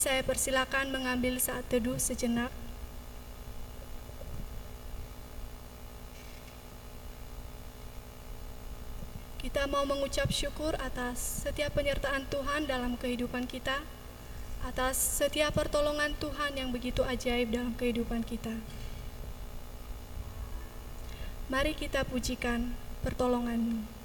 Saya persilakan mengambil saat teduh sejenak. Kita mau mengucap syukur atas setiap penyertaan Tuhan dalam kehidupan kita, atas setiap pertolongan Tuhan yang begitu ajaib dalam kehidupan kita. Mari kita pujikan pertolongan-Mu.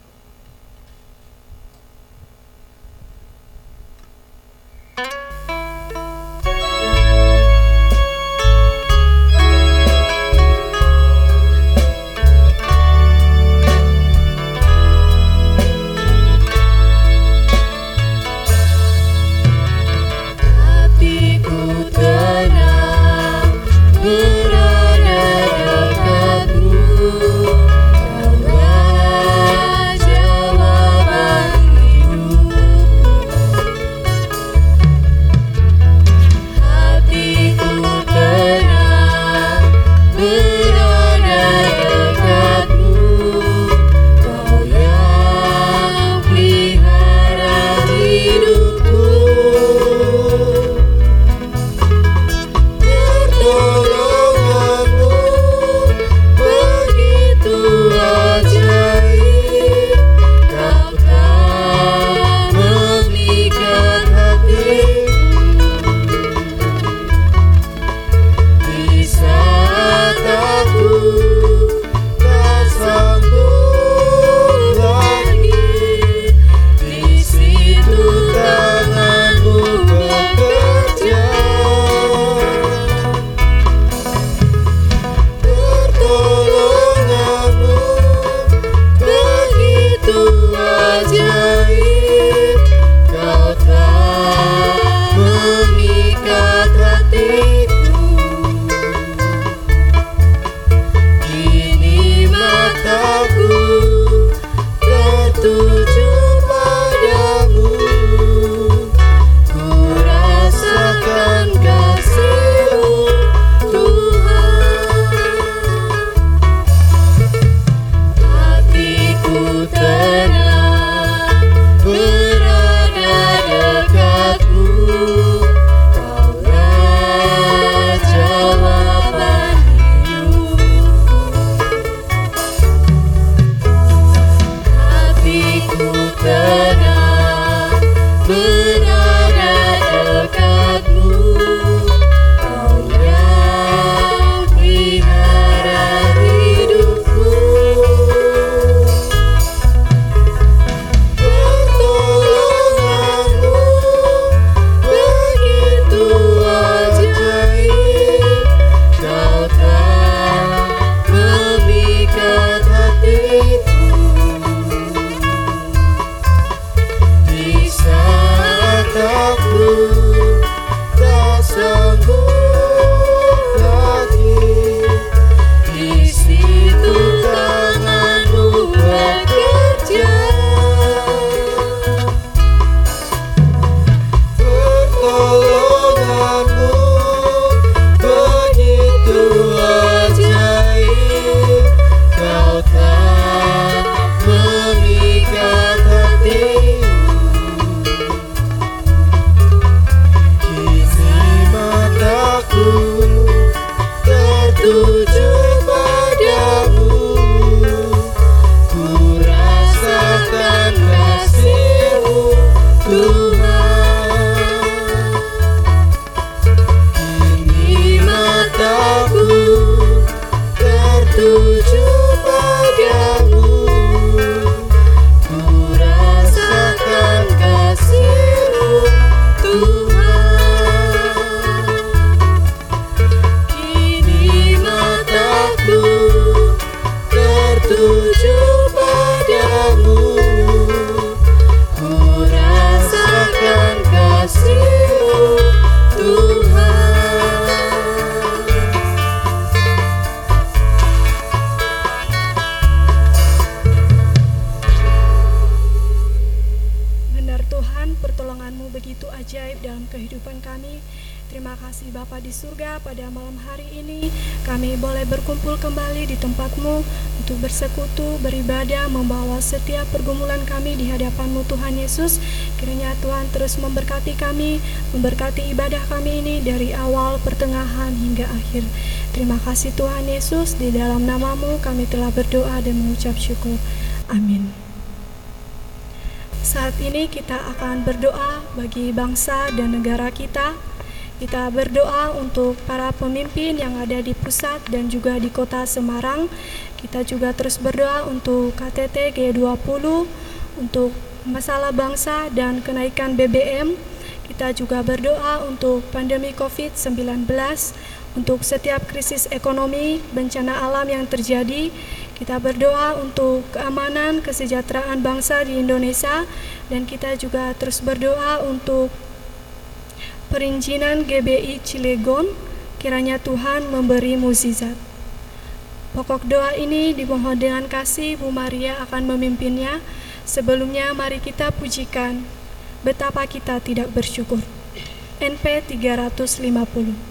Terima kasih Bapa di surga, pada malam hari ini kami boleh berkumpul kembali di tempat-Mu untuk bersekutu, beribadah, membawa setiap pergumulan kami di hadapan-Mu Tuhan Yesus. Kiranya Tuhan terus memberkati kami, memberkati ibadah kami ini dari awal, pertengahan, hingga akhir. Terima kasih Tuhan Yesus, di dalam nama-Mu kami telah berdoa dan mengucap syukur. Amin. Saat ini kita akan berdoa bagi bangsa dan negara kita. Kita berdoa untuk para pemimpin yang ada di pusat dan juga di kota Semarang. Kita juga terus berdoa untuk KTT G20, untuk masalah bangsa dan kenaikan BBM. Kita juga berdoa untuk pandemi COVID-19, untuk setiap krisis ekonomi, bencana alam yang terjadi. Kita berdoa untuk keamanan, kesejahteraan bangsa di Indonesia, dan kita juga terus berdoa untuk perizinan GBI Cilegon. Kiranya Tuhan memberi mukjizat. Pokok doa ini dimohon dengan kasih Bu Maria akan memimpinnya. Sebelumnya mari kita pujikan betapa kita tidak bersyukur. NP 350.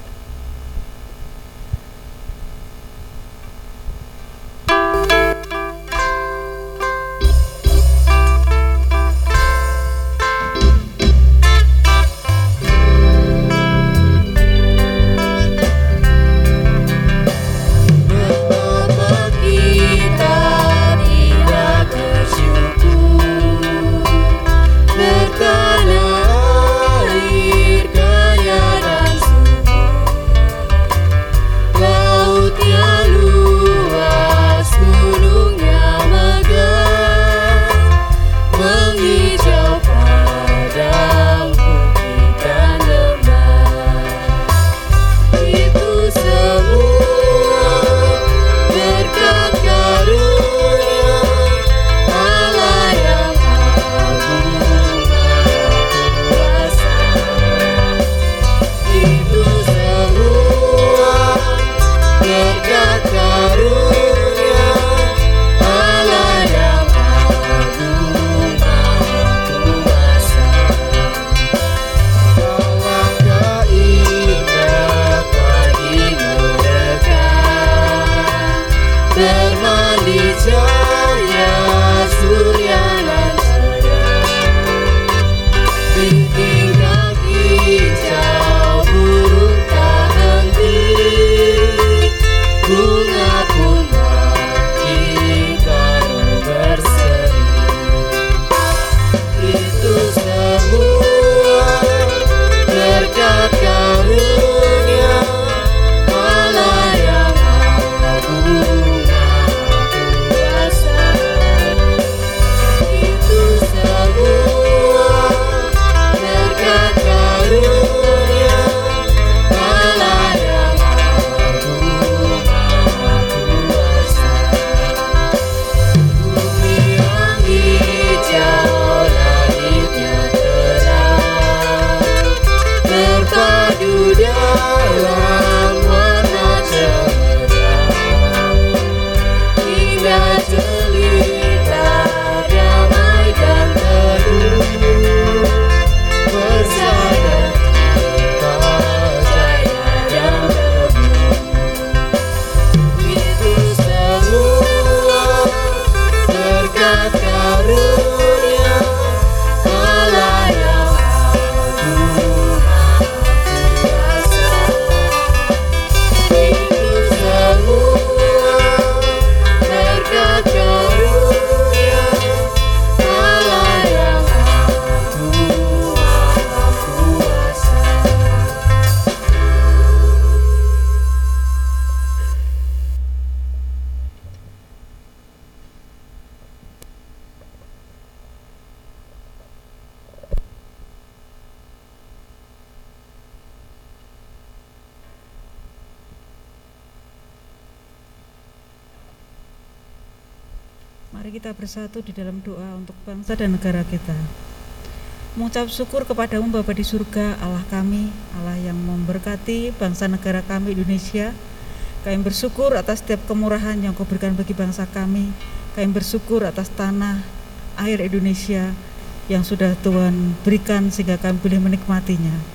Mari kita bersatu di dalam doa untuk bangsa dan negara kita. Mengucap syukur kepada-Mu Bapa di surga, Allah kami, Allah yang memberkati bangsa negara kami Indonesia. Kami bersyukur atas setiap kemurahan yang Kau berikan bagi bangsa kami. Kami bersyukur atas tanah air Indonesia yang sudah Tuhan berikan sehingga kami boleh menikmatinya.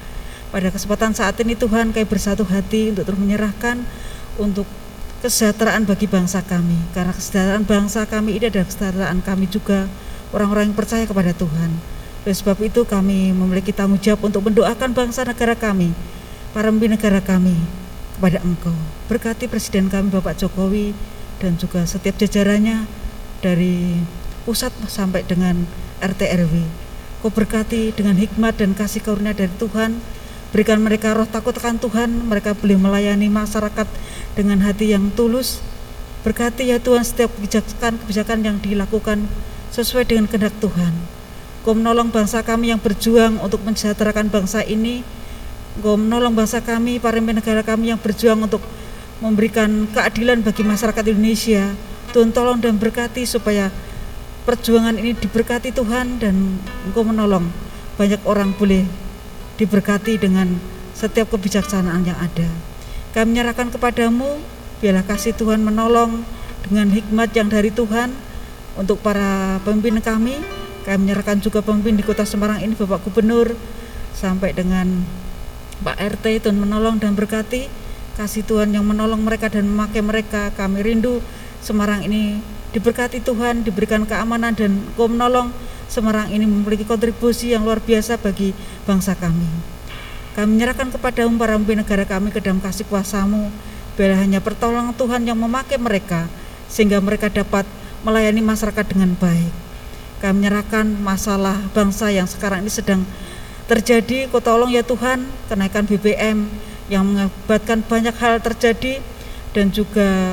Pada kesempatan saat ini Tuhan, kami bersatu hati untuk terus menyerahkan untuk kesejahteraan bagi bangsa kami, karena kesejahteraan bangsa kami ini adalah kesejahteraan kami juga, orang-orang yang percaya kepada Tuhan. Oleh sebab itu kami memiliki tanggung jawab untuk mendoakan bangsa negara kami, para pemimpin negara kami kepada Engkau. Berkati Presiden kami Bapak Jokowi dan juga setiap jajarannya dari pusat sampai dengan RT RW. Kau berkati dengan hikmat dan kasih karunia dari Tuhan. Berikan mereka roh takut akan Tuhan, mereka boleh melayani masyarakat dengan hati yang tulus. Berkati ya Tuhan setiap kebijakan yang dilakukan sesuai dengan kehendak Tuhan. Kau menolong bangsa kami yang berjuang untuk mensejahterakan bangsa ini. Kau menolong bangsa kami, para pemimpin negara kami yang berjuang untuk memberikan keadilan bagi masyarakat Indonesia. Tuhan tolong dan berkati supaya perjuangan ini diberkati Tuhan, dan Engkau menolong banyak orang boleh diberkati dengan setiap kebijaksanaan yang ada. Kami menyerahkan kepadamu, biarlah kasih Tuhan menolong dengan hikmat yang dari Tuhan untuk para pemimpin kami. Kami menyerahkan juga pemimpin di Kota Semarang ini, Bapak Gubernur sampai dengan Pak RT. Tuhan menolong dan berkati, kasih Tuhan yang menolong mereka dan memakai mereka. Kami rindu Semarang ini diberkati Tuhan, diberikan keamanan, dan Kau menolong Semarang ini memiliki kontribusi yang luar biasa bagi bangsa kami. Kami menyerahkan kepadamu para pemimpin negara kami ke dalam kasih kuasa-Mu. Biarlah hanya pertolongan Tuhan yang memakai mereka sehingga mereka dapat melayani masyarakat dengan baik. Kami menyerahkan masalah bangsa yang sekarang ini sedang terjadi. Kau tolong ya Tuhan, kenaikan BBM yang mengakibatkan banyak hal terjadi, dan juga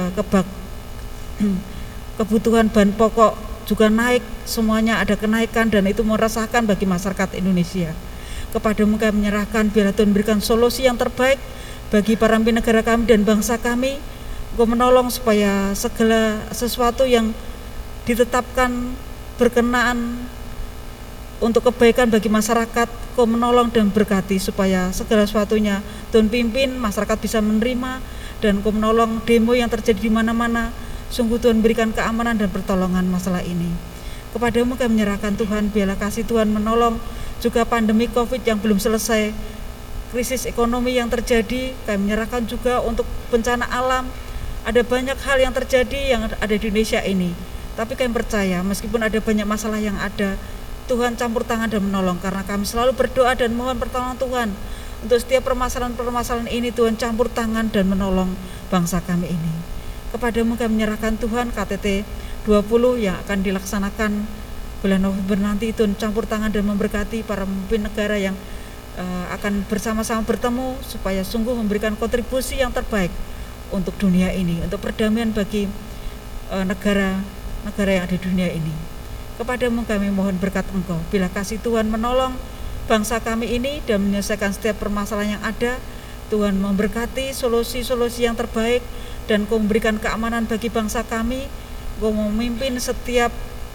kebutuhan bahan pokok juga naik, semuanya ada kenaikan, dan itu meresahkan bagi masyarakat Indonesia. Kepadamu kami menyerahkan, biarlah Tuhan berikan solusi yang terbaik bagi para pemimpin negara kami dan bangsa kami. Engkau menolong supaya segala sesuatu yang ditetapkan berkenaan untuk kebaikan bagi masyarakat, Kau menolong dan berkati supaya segala sesuatunya Tuhan pimpin, masyarakat bisa menerima, dan Kau menolong demo yang terjadi di mana-mana. Sungguh Tuhan berikan keamanan dan pertolongan masalah ini. Kepadamu kami menyerahkan Tuhan, biarlah kasih Tuhan menolong juga pandemi COVID yang belum selesai, krisis ekonomi yang terjadi. Kami menyerahkan juga untuk bencana alam. Ada banyak hal yang terjadi yang ada di Indonesia ini, tapi kami percaya meskipun ada banyak masalah yang ada, Tuhan campur tangan dan menolong, karena kami selalu berdoa dan mohon pertolongan Tuhan untuk setiap permasalahan-permasalahan ini. Tuhan campur tangan dan menolong bangsa kami ini. Kepadamu kami menyerahkan Tuhan KTT 20 yang akan dilaksanakan bulan November nanti. Tuhan campur tangan dan memberkati para pemimpin negara yang akan bersama-sama bertemu, supaya sungguh memberikan kontribusi yang terbaik untuk dunia ini, untuk perdamaian bagi negara-negara yang ada di dunia ini. Kepadamu kami mohon berkat Engkau, bila kasih Tuhan menolong bangsa kami ini dan menyelesaikan setiap permasalahan yang ada. Tuhan memberkati solusi-solusi yang terbaik, dan Kau memberikan keamanan bagi bangsa kami. Kau memimpin setiap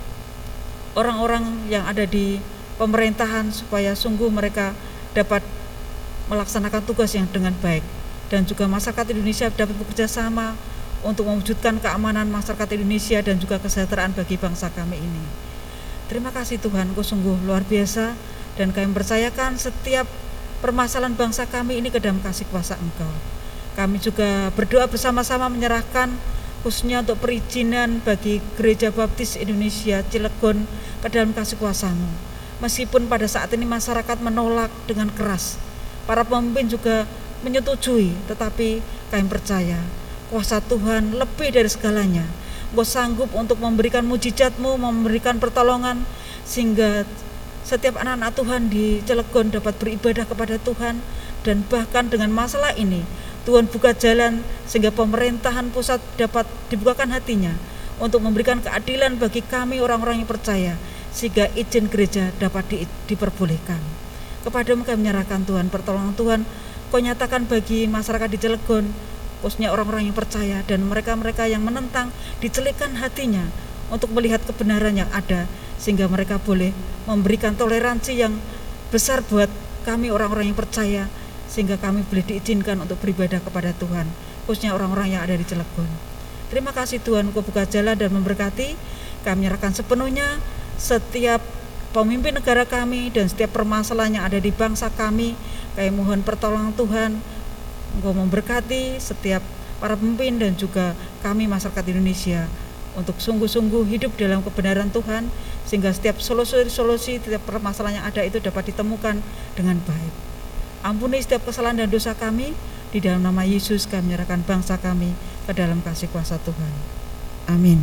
orang-orang yang ada di pemerintahan supaya sungguh mereka dapat melaksanakan tugas yang dengan baik, dan juga masyarakat Indonesia dapat bekerja sama untuk mewujudkan keamanan masyarakat Indonesia dan juga kesejahteraan bagi bangsa kami ini. Terima kasih Tuhan, Kau sungguh luar biasa, dan kami percayakan setiap permasalahan bangsa kami ini ke dalam kasih kuasa Engkau. Kami juga berdoa bersama-sama menyerahkan khususnya untuk perizinan bagi Gereja Baptis Indonesia Cilegon ke dalam kasih kuasa-Mu. Meskipun pada saat ini masyarakat menolak dengan keras, para pemimpin juga menyetujui, tetapi kami percaya kuasa Tuhan lebih dari segalanya. Engkau sanggup untuk memberikan mujizat-Mu, memberikan pertolongan, sehingga setiap anak-anak Tuhan di Cilegon dapat beribadah kepada Tuhan. Dan bahkan dengan masalah ini Tuhan buka jalan sehingga pemerintahan pusat dapat dibukakan hatinya untuk memberikan keadilan bagi kami orang-orang yang percaya, sehingga izin gereja dapat diperbolehkan. Kepadamu kami menyerahkan Tuhan, pertolongan Tuhan Kau nyatakan bagi masyarakat di Cilegon, khususnya orang-orang yang percaya dan mereka-mereka yang menentang, dicelikkan hatinya untuk melihat kebenaran yang ada, sehingga mereka boleh memberikan toleransi yang besar buat kami orang-orang yang percaya, sehingga kami boleh diizinkan untuk beribadah kepada Tuhan, khususnya orang-orang yang ada di Cilegon. Terima kasih Tuhan, Kau buka jalan dan memberkati. Kami menyerahkan sepenuhnya setiap pemimpin negara kami dan setiap permasalahan yang ada di bangsa kami Kami mohon pertolongan Tuhan, Engkau memberkati setiap para pemimpin dan juga kami masyarakat Indonesia untuk sungguh-sungguh hidup dalam kebenaran Tuhan, sehingga setiap solusi-solusi, setiap permasalahan yang ada itu dapat ditemukan dengan baik. Ampuni setiap kesalahan dan dosa kami. Di dalam nama Yesus kami menyerahkan bangsa kami ke dalam kasih kuasa Tuhan. Amin.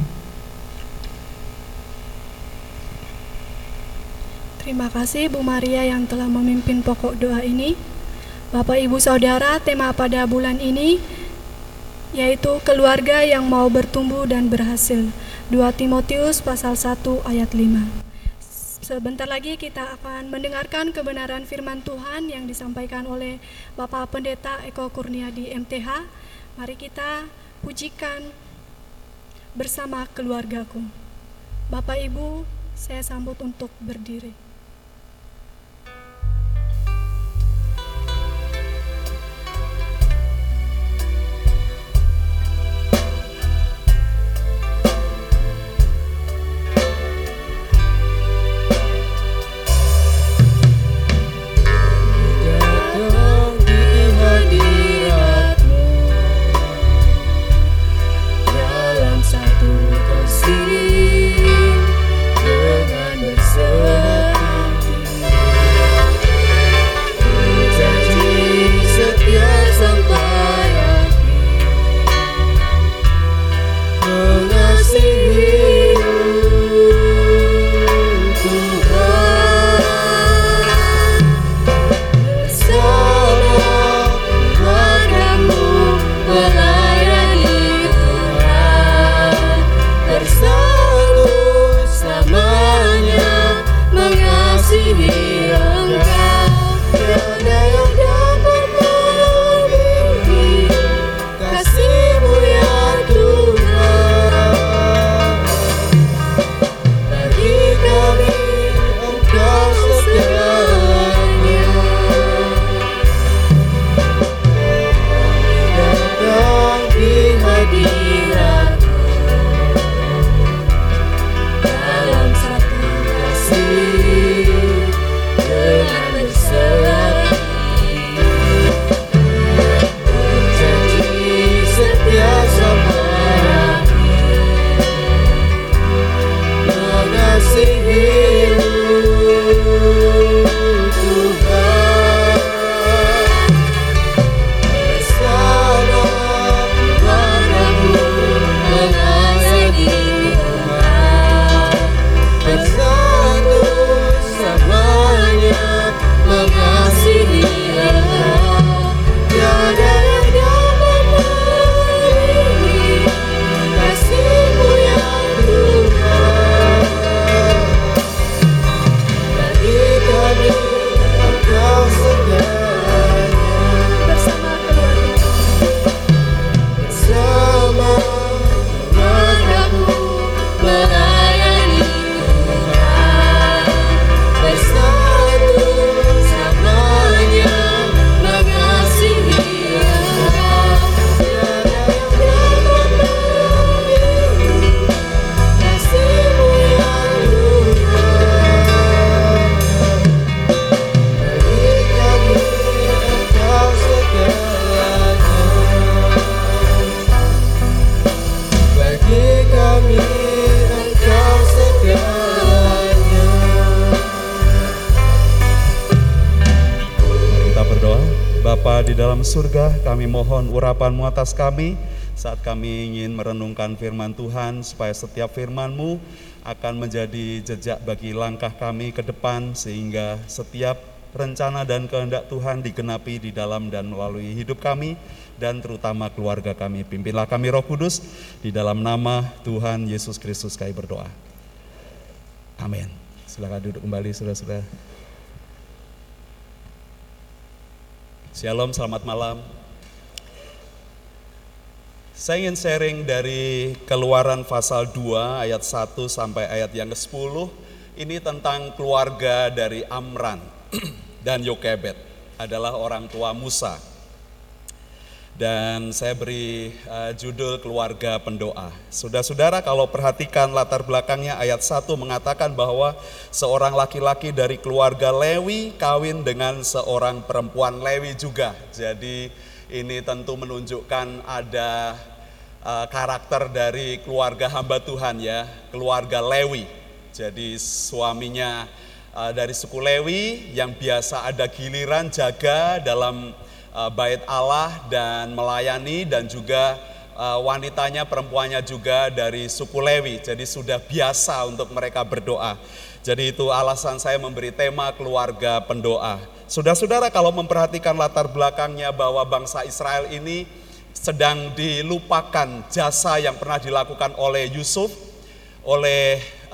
Terima kasih Bu Maria yang telah memimpin pokok doa ini. Bapak Ibu Saudara, tema pada bulan ini yaitu keluarga yang mau bertumbuh dan berhasil. 2 Timotius pasal 1 ayat 5. Sebentar lagi kita akan mendengarkan kebenaran firman Tuhan yang disampaikan oleh Bapak Pendeta Eko Kurniadi MTH. Mari kita pujikan bersama keluargaku. Bapak Ibu, saya sambut untuk berdiri. Bapa di dalam surga, kami mohon urapan-Mu atas kami saat kami ingin merenungkan firman Tuhan, supaya setiap firman-Mu akan menjadi jejak bagi langkah kami ke depan, sehingga setiap rencana dan kehendak Tuhan digenapi di dalam dan melalui hidup kami, dan terutama keluarga kami. Pimpinlah kami Roh Kudus, di dalam nama Tuhan Yesus Kristus kami berdoa. Amin. Silakan duduk kembali saudara-saudara. Shalom, selamat malam. Saya ingin sharing dari Keluaran pasal 2 ayat 1 sampai ayat yang ke-10. Ini tentang keluarga dari Amram dan Yokebed, adalah orang tua Musa. Dan saya beri judul keluarga pendoa. Saudara-saudara, kalau perhatikan latar belakangnya, ayat 1 mengatakan bahwa seorang laki-laki dari keluarga Lewi kawin dengan seorang perempuan Lewi juga. Jadi ini tentu menunjukkan ada karakter dari keluarga hamba Tuhan ya, keluarga Lewi. Jadi suaminya dari suku Lewi yang biasa ada giliran jaga dalam bait Allah dan melayani, dan juga wanitanya, perempuannya juga dari suku Lewi. Jadi sudah biasa untuk mereka berdoa. Jadi itu alasan saya memberi tema keluarga pendoa. Saudara-saudara, kalau memperhatikan latar belakangnya bahwa bangsa Israel ini sedang dilupakan jasa yang pernah dilakukan oleh Yusuf, oleh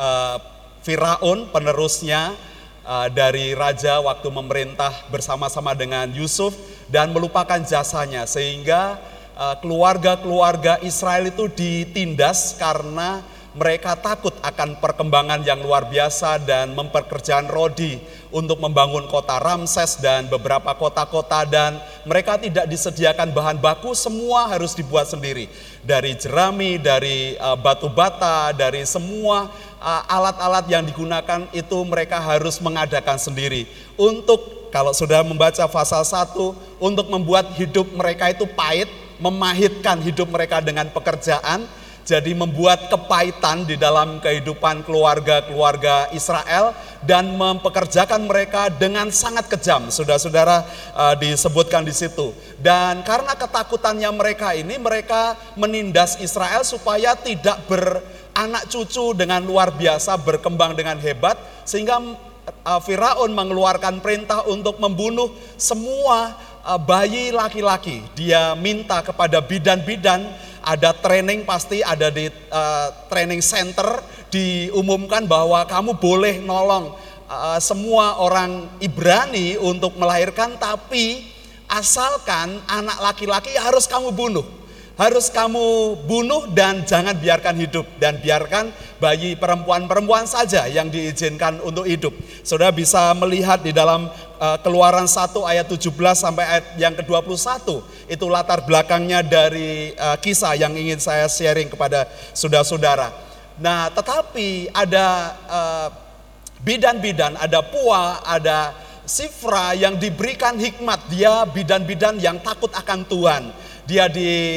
Firaun penerusnya dari raja waktu memerintah bersama-sama dengan Yusuf, dan melupakan jasanya, sehingga keluarga-keluarga Israel itu ditindas karena mereka takut akan perkembangan yang luar biasa dan memperkerjakan Rodi untuk membangun kota Ramses dan beberapa kota-kota, dan mereka tidak disediakan bahan baku, semua harus dibuat sendiri. Dari jerami, dari batu bata, dari semua alat-alat yang digunakan itu mereka harus mengadakan sendiri. Untuk, kalau sudah membaca pasal 1, untuk membuat hidup mereka itu pahit, memahitkan hidup mereka dengan pekerjaan. Jadi membuat kepahitan di dalam kehidupan keluarga-keluarga Israel dan mempekerjakan mereka dengan sangat kejam. Saudara-saudara, disebutkan di situ. Dan karena ketakutannya mereka ini, mereka menindas Israel supaya tidak beranak cucu dengan luar biasa, berkembang dengan hebat, sehingga Firaun mengeluarkan perintah untuk membunuh semua bayi laki-laki. Dia minta kepada bidan-bidan, ada training, pasti ada di training center, diumumkan bahwa kamu boleh nolong semua orang Ibrani untuk melahirkan, tapi asalkan anak laki-laki harus kamu bunuh. Harus kamu bunuh dan jangan biarkan hidup, dan biarkan bayi perempuan-perempuan saja yang diizinkan untuk hidup. Saudara bisa melihat di dalam Keluaran 1 ayat 17 sampai ayat yang ke-21. Itu latar belakangnya dari kisah yang ingin saya sharing kepada saudara-saudara. Nah, tetapi ada bidan-bidan, ada Pua, ada Sifra yang diberikan hikmat. Dia bidan-bidan yang takut akan Tuhan. Dia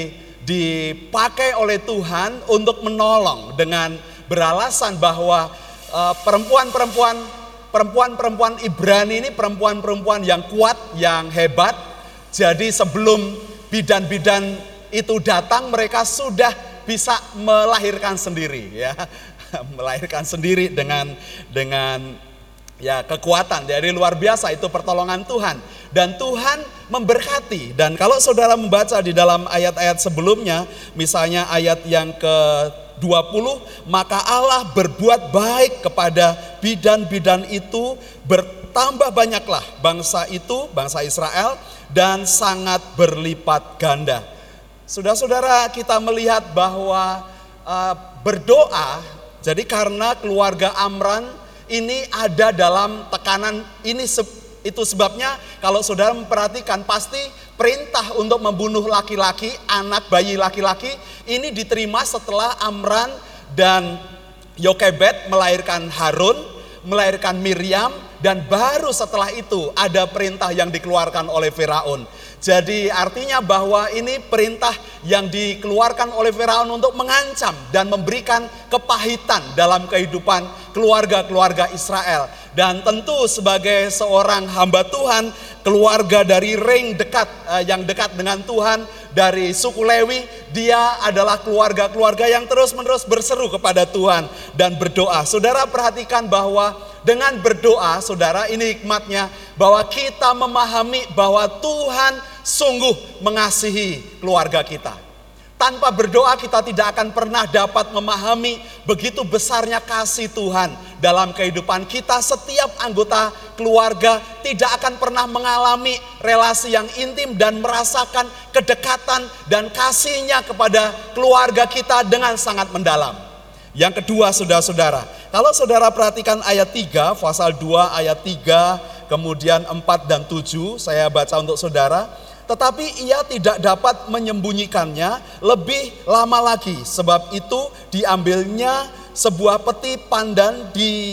dipakai oleh Tuhan untuk menolong dengan beralasan bahwa perempuan-perempuan Ibrani ini perempuan-perempuan yang kuat, yang hebat. Jadi sebelum bidan-bidan itu datang, mereka sudah bisa melahirkan sendiri ya. Melahirkan sendiri dengan ya kekuatan dari luar biasa. Itu pertolongan Tuhan, dan Tuhan memberkati. Dan kalau saudara membaca di dalam ayat-ayat sebelumnya, misalnya ayat yang ke-20, maka Allah berbuat baik kepada bidan-bidan itu, bertambah banyaklah bangsa itu, bangsa Israel, dan sangat berlipat ganda. Saudara-saudara, kita melihat bahwa berdoa, jadi karena keluarga Amran ini ada dalam tekanan ini, itu sebabnya kalau saudara memperhatikan, pasti perintah untuk membunuh laki-laki, anak bayi laki-laki ini diterima setelah Amran dan Yokebed melahirkan Harun, melahirkan Miriam, dan baru setelah itu ada perintah yang dikeluarkan oleh Firaun. Jadi artinya bahwa ini perintah yang dikeluarkan oleh Firaun untuk mengancam dan memberikan kepahitan dalam kehidupan keluarga-keluarga Israel. Dan tentu sebagai seorang hamba Tuhan, keluarga dari ring dekat, yang dekat dengan Tuhan, dari suku Lewi, dia adalah keluarga-keluarga yang terus-menerus berseru kepada Tuhan dan berdoa. Saudara perhatikan bahwa dengan berdoa, saudara, ini hikmatnya, bahwa kita memahami bahwa Tuhan sungguh mengasihi keluarga kita. Tanpa berdoa kita tidak akan pernah dapat memahami begitu besarnya kasih Tuhan dalam kehidupan kita. Setiap anggota keluarga tidak akan pernah mengalami relasi yang intim dan merasakan kedekatan dan kasihnya kepada keluarga kita dengan sangat mendalam. Yang kedua, saudara-saudara, kalau saudara perhatikan ayat 3, pasal 2 ayat 3, kemudian 4 dan 7, saya baca untuk saudara. tetapi ia tidak dapat menyembunyikannya lebih lama lagi. Sebab itu diambilnya sebuah peti pandan,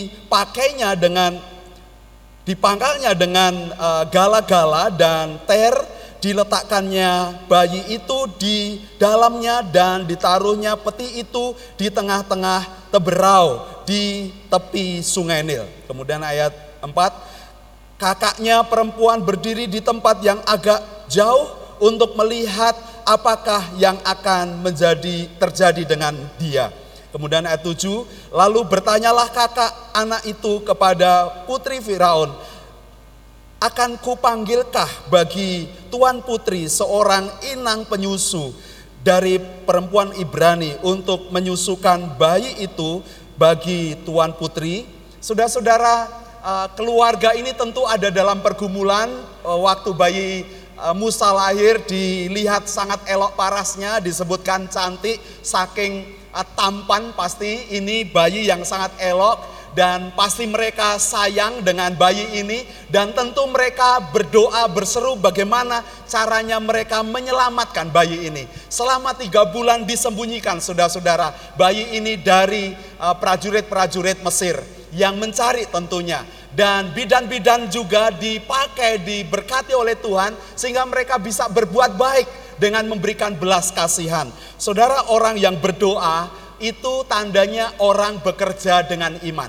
dipangkalnya dengan gala-gala dan ter, diletakkannya bayi itu di dalamnya dan ditaruhnya peti itu di tengah-tengah teberau di tepi sungai Nil. Kemudian ayat 4, kakaknya perempuan berdiri di tempat yang agak jauh untuk melihat apakah yang akan terjadi dengan dia. Kemudian ayat 7, lalu bertanyalah kakak anak itu kepada putri Firaun, akan kupanggilkah bagi tuan putri seorang inang penyusu dari perempuan Ibrani untuk menyusukan bayi itu bagi tuan putri? Saudara-saudara, keluarga ini tentu ada dalam pergumulan. Waktu bayi Musa lahir dilihat sangat elok parasnya, disebutkan cantik, saking tampan. Pasti ini bayi yang sangat elok dan pasti mereka sayang dengan bayi ini. Dan tentu mereka berdoa, berseru bagaimana caranya mereka menyelamatkan bayi ini. Selama 3 bulan disembunyikan saudara-saudara bayi ini dari prajurit-prajurit Mesir yang mencari tentunya. Dan bidan-bidan juga diberkati oleh Tuhan sehingga mereka bisa berbuat baik dengan memberikan belas kasihan. Saudara, orang yang berdoa itu tandanya orang bekerja dengan iman.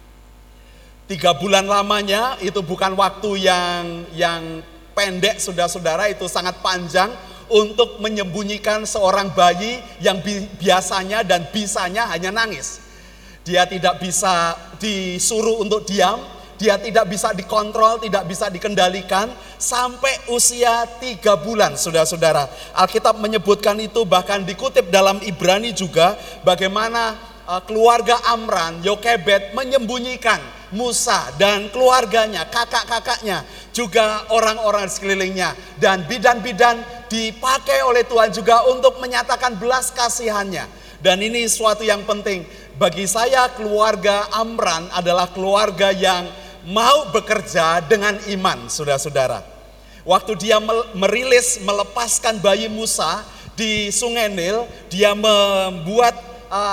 3 bulan lamanya itu bukan waktu yang pendek saudara-saudara, itu sangat panjang untuk menyembunyikan seorang bayi yang biasanya dan bisanya hanya nangis. Dia tidak bisa disuruh untuk diam, dia tidak bisa dikontrol, tidak bisa dikendalikan sampai usia 3 bulan saudara-saudara. Alkitab menyebutkan itu, bahkan dikutip dalam Ibrani juga, bagaimana keluarga Amran, Yokebed menyembunyikan Musa dan keluarganya, kakak-kakaknya, juga orang-orang di sekelilingnya. Dan bidan-bidan dipakai oleh Tuhan juga untuk menyatakan belas kasihannya. Dan ini suatu yang penting. Bagi saya, keluarga Amran adalah keluarga yang mau bekerja dengan iman, saudara-saudara. Waktu dia melepaskan bayi Musa di sungai Nil, dia membuat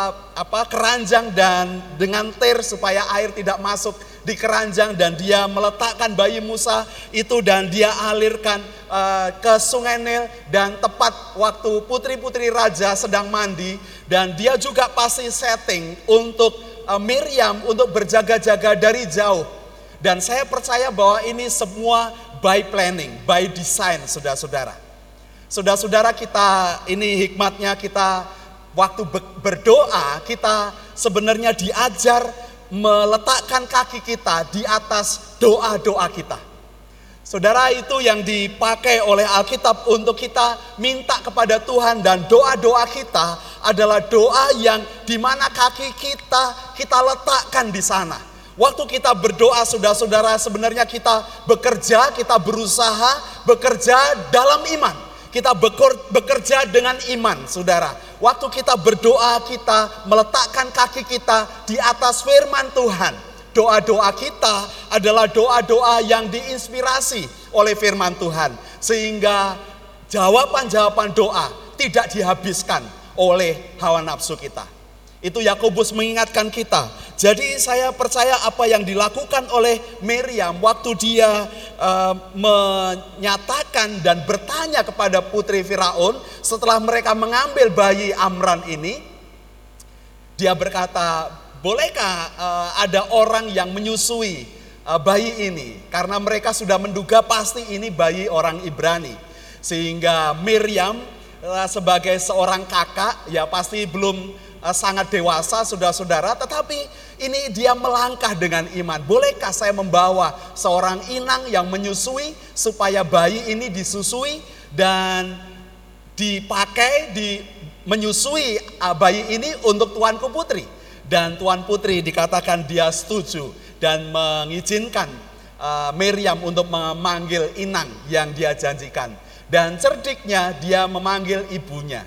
keranjang dan dengan tir supaya air tidak masuk di keranjang, dan dia meletakkan bayi Musa itu dan dia alirkan ke sungai Nil. Dan tepat waktu putri-putri raja sedang mandi, dan dia juga pasti setting untuk Miriam untuk berjaga-jaga dari jauh. Dan saya percaya bahwa ini semua by planning, by design, saudara-saudara. Saudara-saudara, kita ini hikmatnya, kita waktu berdoa kita sebenarnya diajar meletakkan kaki kita di atas doa-doa kita. Saudara, itu yang dipakai oleh Alkitab untuk kita minta kepada Tuhan, dan doa-doa kita adalah doa yang dimana kaki kita letakkan di sana. Waktu kita berdoa, saudara-saudara, sebenarnya kita bekerja, kita berusaha bekerja dalam iman. Kita bekerja dengan iman, saudara. Waktu kita berdoa, kita meletakkan kaki kita di atas firman Tuhan. Doa-doa kita adalah doa-doa yang diinspirasi oleh firman Tuhan, sehingga jawaban-jawaban doa tidak dihabiskan oleh hawa nafsu kita. Itu Yakobus mengingatkan kita. Jadi saya percaya apa yang dilakukan oleh Miriam waktu dia menyatakan dan bertanya kepada putri Firaun setelah mereka mengambil bayi Amran ini, dia berkata, bolehkah ada orang yang menyusui bayi ini? Karena mereka sudah menduga pasti ini bayi orang Ibrani. Sehingga Miriam sebagai seorang kakak, ya pasti belum sangat dewasa, saudara-saudara, tetapi ini dia melangkah dengan iman. Bolehkah saya membawa seorang inang yang menyusui supaya bayi ini disusui dan dipakai menyusui bayi ini untuk tuanku putri? Dan tuan putri dikatakan dia setuju dan mengizinkan Miriam untuk memanggil inang yang dia janjikan. Dan cerdiknya dia memanggil ibunya.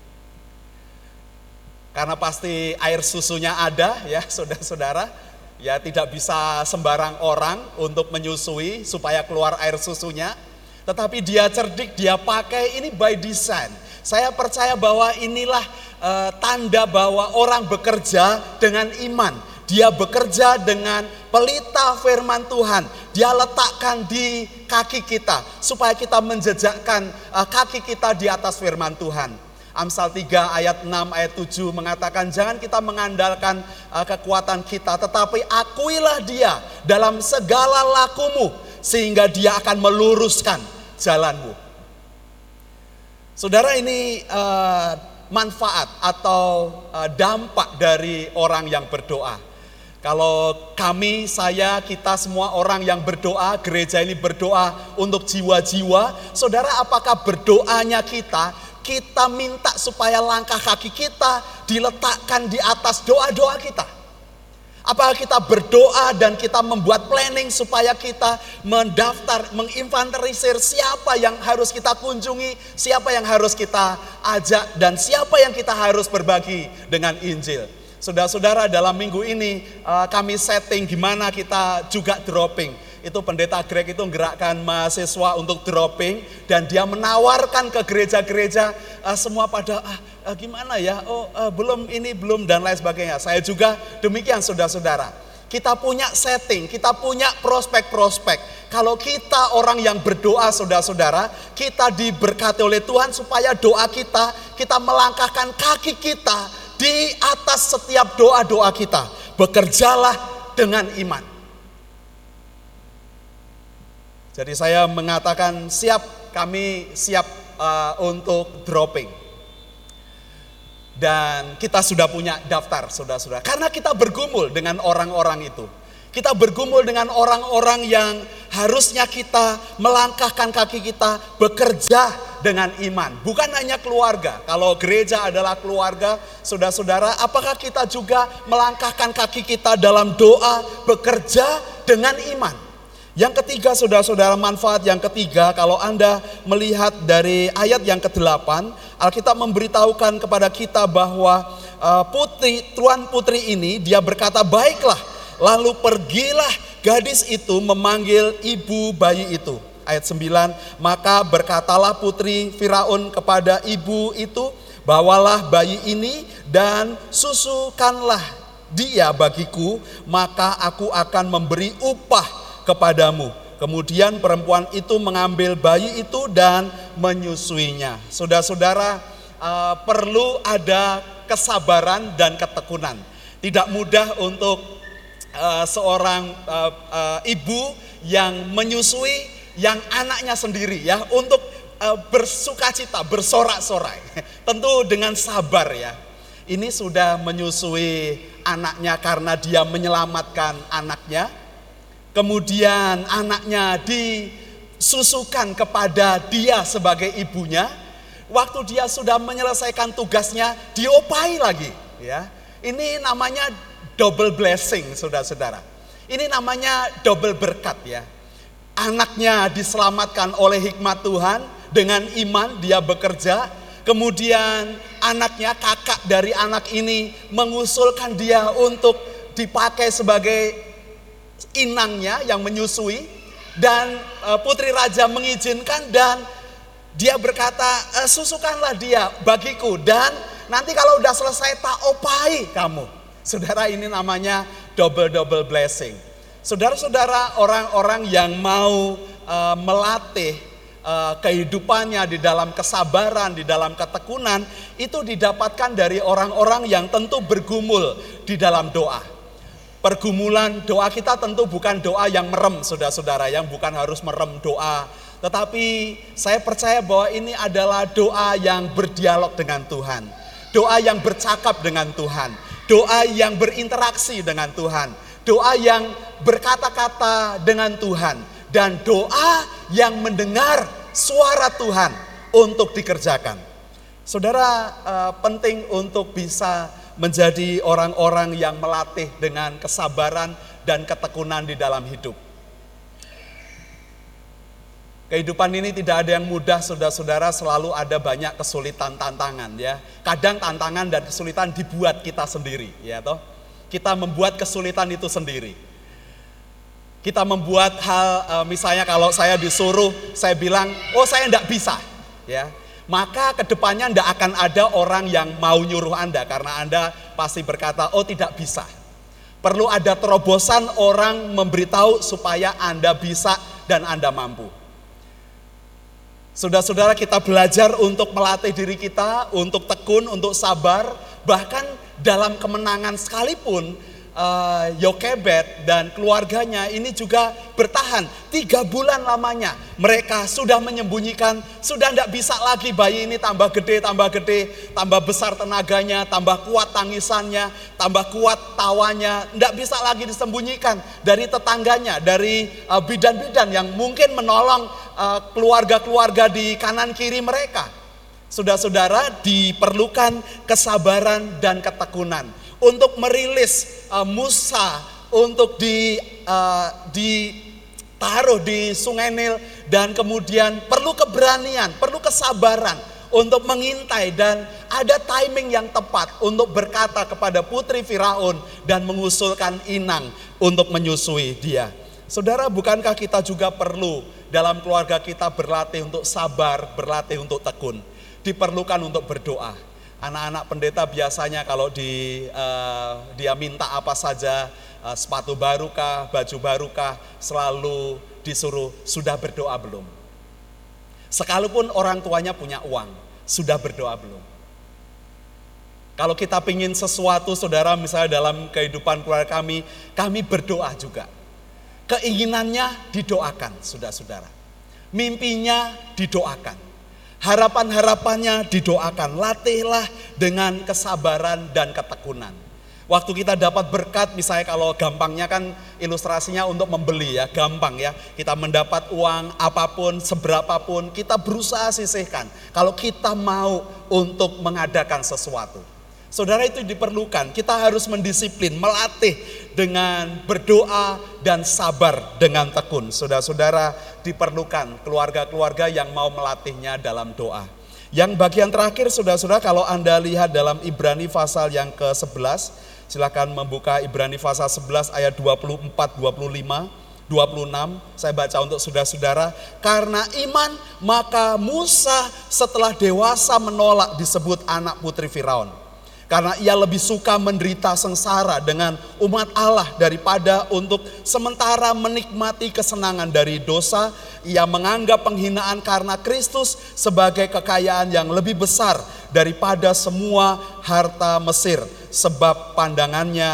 Karena pasti air susunya ada ya saudara-saudara. Ya tidak bisa sembarang orang untuk menyusui supaya keluar air susunya. tetapi dia cerdik, dia pakai ini by design. Saya percaya bahwa inilah tanda bahwa orang bekerja dengan iman. Dia bekerja dengan pelita firman Tuhan. Dia letakkan di kaki kita supaya kita menjejakkan kaki kita di atas firman Tuhan. Amsal 3 ayat 6 ayat 7 mengatakan, jangan kita mengandalkan kekuatan kita, tetapi akuilah dia dalam segala lakumu, sehingga dia akan meluruskan jalanmu. Saudara, ini manfaat atau dampak dari orang yang berdoa. Kalau kami, saya, kita semua orang yang berdoa, gereja ini berdoa untuk jiwa-jiwa. Saudara, apakah berdoanya kita minta supaya langkah kaki kita diletakkan di atas doa-doa kita? Apakah kita berdoa dan kita membuat planning supaya kita mendaftar, menginventarisir siapa yang harus kita kunjungi, siapa yang harus kita ajak, dan siapa yang kita harus berbagi dengan Injil? Saudara-saudara, dalam minggu ini kami setting gimana kita juga dropping. Itu pendeta Greg itu menggerakkan mahasiswa untuk dropping, dan dia menawarkan ke gereja-gereja, semua pada gimana ya, belum ini belum dan lain sebagainya. Saya juga demikian, saudara-saudara. Kita punya setting, kita punya prospek-prospek. Kalau kita orang yang berdoa, saudara-saudara, kita diberkati oleh Tuhan supaya doa kita melangkahkan kaki kita di atas setiap doa-doa kita. Bekerjalah dengan iman. Jadi saya mengatakan kami siap untuk dropping. Dan kita sudah punya daftar, saudara-saudara. Karena kita bergumul dengan orang-orang itu. Kita bergumul dengan orang-orang yang harusnya kita melangkahkan kaki kita bekerja dengan iman. Bukan hanya keluarga. Kalau gereja adalah keluarga, saudara-saudara, apakah kita juga melangkahkan kaki kita dalam doa bekerja dengan iman? Yang ketiga, saudara-saudara, manfaat yang ketiga, kalau Anda melihat dari ayat yang ke-8, Alkitab memberitahukan kepada kita bahwa tuan putri ini, dia berkata, baiklah, lalu pergilah gadis itu memanggil ibu bayi itu. Ayat 9, maka berkatalah putri Firaun kepada ibu itu, bawalah bayi ini dan susukanlah dia bagiku, maka aku akan memberi upah kepadamu. Kemudian perempuan itu mengambil bayi itu dan menyusuinya. Saudara-saudara, perlu ada kesabaran dan ketekunan. Tidak mudah untuk seorang ibu yang menyusui yang anaknya sendiri ya, untuk bersukacita, bersorak-sorai. Tentu dengan sabar ya. Ini sudah menyusui anaknya karena dia menyelamatkan anaknya. Kemudian anaknya disusukan kepada dia sebagai ibunya. Waktu dia sudah menyelesaikan tugasnya, diopahi lagi ya. Ini namanya double blessing, saudara-saudara. Ini namanya double berkat ya. Anaknya diselamatkan oleh hikmat Tuhan, dengan iman dia bekerja. Kemudian anaknya, kakak dari anak ini mengusulkan dia untuk dipakai sebagai inangnya yang menyusui. Dan putri raja mengizinkan dan dia berkata, susukanlah dia bagiku dan nanti kalau udah selesai tak opahi kamu. Saudara, ini namanya double blessing. Saudara-saudara, orang-orang yang mau melatih kehidupannya di dalam kesabaran, di dalam ketekunan, itu didapatkan dari orang-orang yang tentu bergumul di dalam doa. Pergumulan doa kita tentu bukan doa yang merem, saudara-saudara, yang bukan harus merem doa. Tetapi saya percaya bahwa ini adalah doa yang berdialog dengan Tuhan. Doa yang bercakap dengan Tuhan. Doa yang berinteraksi dengan Tuhan. Doa yang berkata-kata dengan Tuhan. Dan doa yang mendengar suara Tuhan untuk dikerjakan. Saudara, penting untuk bisa menjadi orang-orang yang melatih dengan kesabaran dan ketekunan di dalam hidup. Kehidupan ini tidak ada yang mudah, saudara-saudara, selalu ada banyak kesulitan, tantangan ya. Kadang tantangan dan kesulitan dibuat kita sendiri, ya toh. Kita membuat kesulitan itu sendiri. Kita membuat hal, misalnya kalau saya disuruh, saya bilang, oh saya enggak bisa, ya. Maka kedepannya enggak akan ada orang yang mau nyuruh Anda, karena Anda pasti berkata, oh tidak bisa. Perlu ada terobosan orang memberitahu supaya Anda bisa dan Anda mampu. Saudara-saudara, kita belajar untuk melatih diri kita, untuk tekun, untuk sabar. Bahkan dalam kemenangan sekalipun, Yokebed dan keluarganya ini juga bertahan 3 bulan lamanya. Mereka sudah menyembunyikan, sudah tidak bisa lagi bayi ini tambah gede, tambah besar tenaganya, tambah kuat tangisannya, tambah kuat tawanya. Tidak bisa lagi disembunyikan dari tetangganya, dari bidan-bidan yang mungkin menolong keluarga-keluarga di kanan kiri mereka. Saudara-saudara, diperlukan kesabaran dan ketekunan untuk merilis Musa untuk ditaruh di Sungai Nil, dan kemudian perlu keberanian, perlu kesabaran untuk mengintai, dan ada timing yang tepat untuk berkata kepada putri Firaun dan mengusulkan inang untuk menyusui dia. Saudara, bukankah kita juga perlu dalam keluarga kita berlatih untuk sabar, berlatih untuk tekun? Diperlukan untuk berdoa. Anak-anak pendeta biasanya kalau dia minta apa saja, sepatu barukah, baju barukah, selalu disuruh, sudah berdoa belum? Sekalipun orang tuanya punya uang, sudah berdoa belum? Kalau kita pingin sesuatu, saudara, misalnya dalam kehidupan keluarga kami berdoa juga. Keinginannya didoakan, saudara-saudara. Mimpinya didoakan. Harapan-harapannya didoakan. Latihlah dengan kesabaran dan ketekunan. Waktu kita dapat berkat, misalnya kalau gampangnya kan ilustrasinya untuk membeli ya, gampang ya. Kita mendapat uang apapun, seberapapun, kita berusaha sisihkan. Kalau kita mau untuk mengadakan sesuatu. Saudara, itu diperlukan, kita harus mendisiplin, melatih dengan berdoa dan sabar dengan tekun. Saudara-saudara, diperlukan keluarga-keluarga yang mau melatihnya dalam doa. Yang bagian terakhir, saudara-saudara, kalau Anda lihat dalam Ibrani pasal yang ke-11, silakan membuka Ibrani pasal 11 ayat 24, 25, 26, saya baca untuk saudara-saudara. Karena iman, maka Musa setelah dewasa menolak disebut anak putri Firaun. Karena ia lebih suka menderita sengsara dengan umat Allah daripada untuk sementara menikmati kesenangan dari dosa. Ia menganggap penghinaan karena Kristus sebagai kekayaan yang lebih besar daripada semua harta Mesir. Sebab pandangannya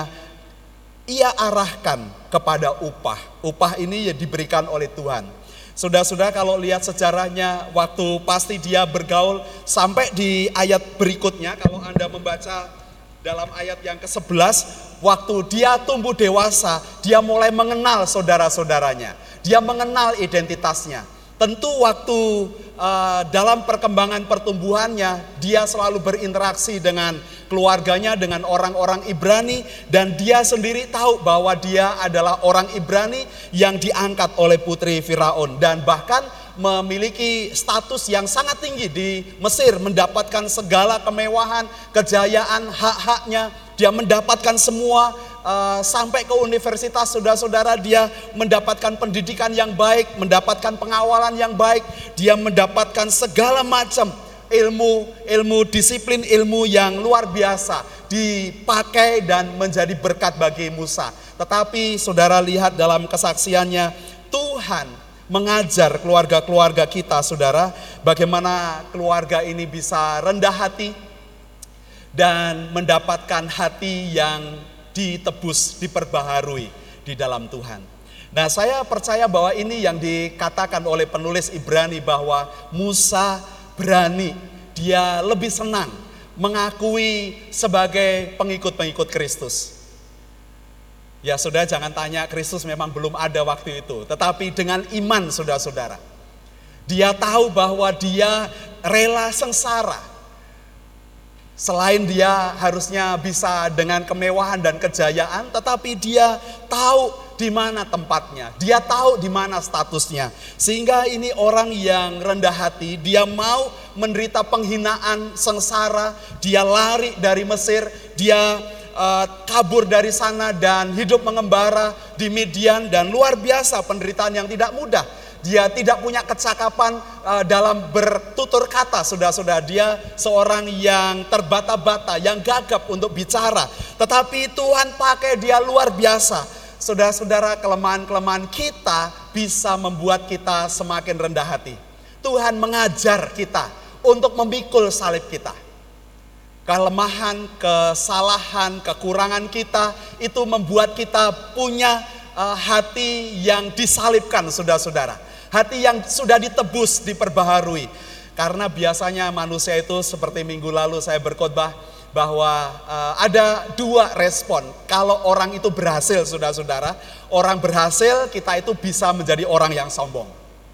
ia arahkan kepada upah. Upah ini ya diberikan oleh Tuhan. Saudara-saudara, kalau lihat sejarahnya, waktu pasti dia bergaul sampai di ayat berikutnya. Kalau Anda membaca dalam ayat yang ke-11, waktu dia tumbuh dewasa, dia mulai mengenal saudara-saudaranya. Dia mengenal identitasnya. Tentu waktu dalam perkembangan pertumbuhannya, dia selalu berinteraksi dengan keluarganya, dengan orang-orang Ibrani, dan dia sendiri tahu bahwa dia adalah orang Ibrani yang diangkat oleh putri Firaun, dan bahkan memiliki status yang sangat tinggi di Mesir, mendapatkan segala kemewahan, kejayaan, hak-haknya. Dia mendapatkan semua, sampai ke universitas, saudara-saudara, dia mendapatkan pendidikan yang baik, mendapatkan pengawalan yang baik, dia mendapatkan segala macam ilmu disiplin, ilmu yang luar biasa dipakai dan menjadi berkat bagi Musa. Tetapi saudara lihat dalam kesaksiannya, Tuhan mengajar keluarga-keluarga kita, saudara, bagaimana keluarga ini bisa rendah hati dan mendapatkan hati yang ditebus, diperbaharui di dalam Tuhan. Nah, saya percaya bahwa ini yang dikatakan oleh penulis Ibrani, bahwa Musa berani, dia lebih senang mengakui sebagai pengikut-pengikut Kristus. Ya, saudara, jangan tanya, Kristus memang belum ada waktu itu. Tetapi dengan iman, saudara-saudara, dia tahu bahwa dia rela sengsara. Selain dia harusnya bisa dengan kemewahan dan kejayaan, tetapi dia tahu di mana tempatnya, dia tahu di mana statusnya. Sehingga ini orang yang rendah hati, dia mau menderita penghinaan, sengsara, dia lari dari Mesir, dia kabur dari sana dan hidup mengembara di Midian, dan luar biasa penderitaan yang tidak mudah. Dia tidak punya kecakapan dalam bertutur kata, saudara-saudara. Dia seorang yang terbata-bata, yang gagap untuk bicara. Tetapi Tuhan pakai dia luar biasa. Saudara-saudara, kelemahan-kelemahan kita bisa membuat kita semakin rendah hati. Tuhan mengajar kita untuk memikul salib kita. Kelemahan, kesalahan, kekurangan kita itu membuat kita punya hati yang disalibkan, saudara-saudara. Hati yang sudah ditebus, diperbaharui. Karena biasanya manusia itu seperti minggu lalu saya berkhotbah bahwa ada dua respon. Kalau orang itu berhasil, saudara-saudara, orang berhasil, kita itu bisa menjadi orang yang sombong.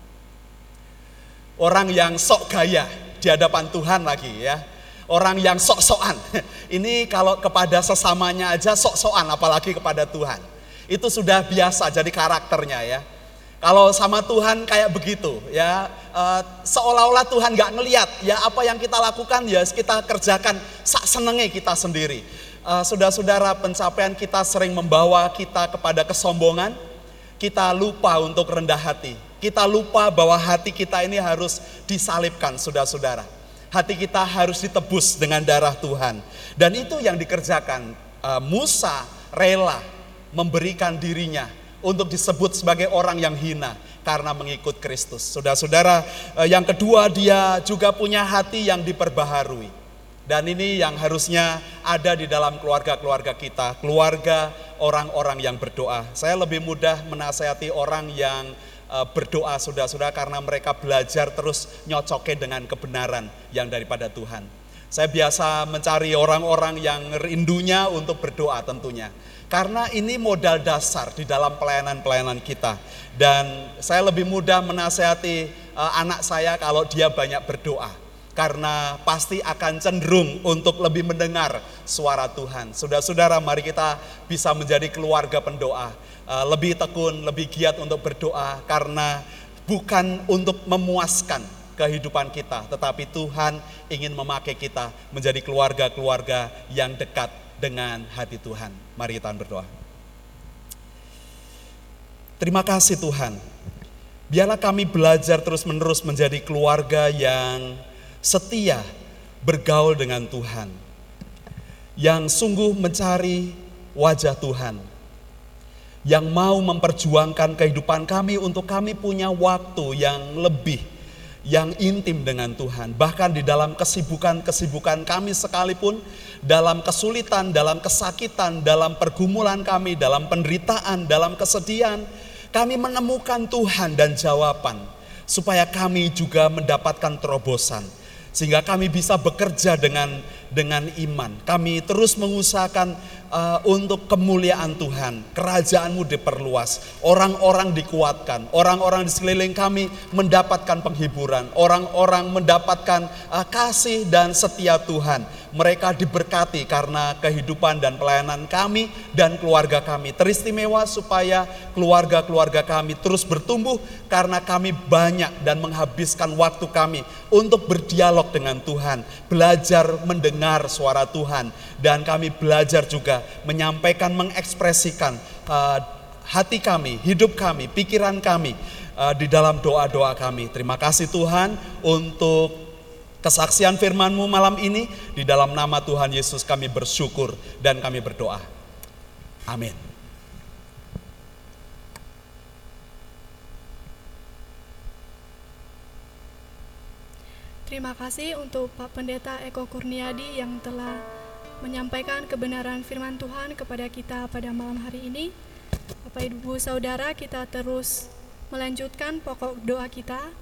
Orang yang sok gaya di hadapan Tuhan lagi ya. Orang yang sok-sokan. Ini kalau kepada sesamanya aja sok-sokan, apalagi kepada Tuhan. Itu sudah biasa jadi karakternya ya. Kalau sama Tuhan kayak begitu ya, seolah-olah Tuhan gak ngeliat ya apa yang kita lakukan ya kita kerjakan sak senenge kita sendiri. Saudara-saudara, pencapaian kita sering membawa kita kepada kesombongan. Kita lupa untuk rendah hati. Kita lupa bahwa hati kita ini harus disalibkan, saudara-saudara. Hati kita harus ditebus dengan darah Tuhan. Dan itu yang dikerjakan. Musa rela memberikan dirinya untuk disebut sebagai orang yang hina karena mengikut Kristus. Saudara-saudara, yang kedua, dia juga punya hati yang diperbaharui. Dan ini yang harusnya ada di dalam keluarga-keluarga kita, keluarga orang-orang yang berdoa. Saya lebih mudah menasihati orang yang berdoa, saudara-saudara, karena mereka belajar terus nyocoknya dengan kebenaran yang daripada Tuhan. Saya biasa mencari orang-orang yang rindunya untuk berdoa tentunya. Karena ini modal dasar di dalam pelayanan-pelayanan kita. Dan saya lebih mudah menasihati anak saya kalau dia banyak berdoa. Karena pasti akan cenderung untuk lebih mendengar suara Tuhan. Saudara-saudara, mari kita bisa menjadi keluarga pendoa. Lebih tekun, lebih giat untuk berdoa. Karena bukan untuk memuaskan kehidupan kita. Tetapi Tuhan ingin memakai kita menjadi keluarga-keluarga yang dekat dengan hati Tuhan. Mari kita berdoa. Terima kasih Tuhan. Biarlah kami belajar terus-menerus menjadi keluarga yang setia bergaul dengan Tuhan. Yang sungguh mencari wajah Tuhan. Yang mau memperjuangkan kehidupan kami untuk kami punya waktu yang lebih, yang intim dengan Tuhan. Bahkan di dalam kesibukan-kesibukan kami sekalipun, dalam kesulitan, dalam kesakitan, dalam pergumulan kami, dalam penderitaan, dalam kesedihan, kami menemukan Tuhan dan jawaban, supaya kami juga mendapatkan terobosan, sehingga kami bisa bekerja dengan iman. Kami terus mengusahakan untuk kemuliaan Tuhan, kerajaan-Mu diperluas, orang-orang dikuatkan, orang-orang di sekeliling kami mendapatkan penghiburan, orang-orang mendapatkan kasih dan setia Tuhan. Mereka diberkati karena kehidupan dan pelayanan kami dan keluarga kami teristimewa, supaya keluarga-keluarga kami terus bertumbuh karena kami banyak dan menghabiskan waktu kami untuk berdialog dengan Tuhan, belajar mendengar suara Tuhan, dan kami belajar juga menyampaikan, mengekspresikan hati kami, hidup kami, pikiran kami di dalam doa-doa kami. Terima kasih Tuhan untuk kesaksian firman-Mu malam ini. Di dalam nama Tuhan Yesus kami bersyukur dan kami berdoa. Amin. Terima kasih untuk Pak Pendeta Eko Kurniadi yang telah menyampaikan kebenaran firman Tuhan kepada kita pada malam hari ini. Bapak Ibu Saudara, kita terus melanjutkan pokok doa kita.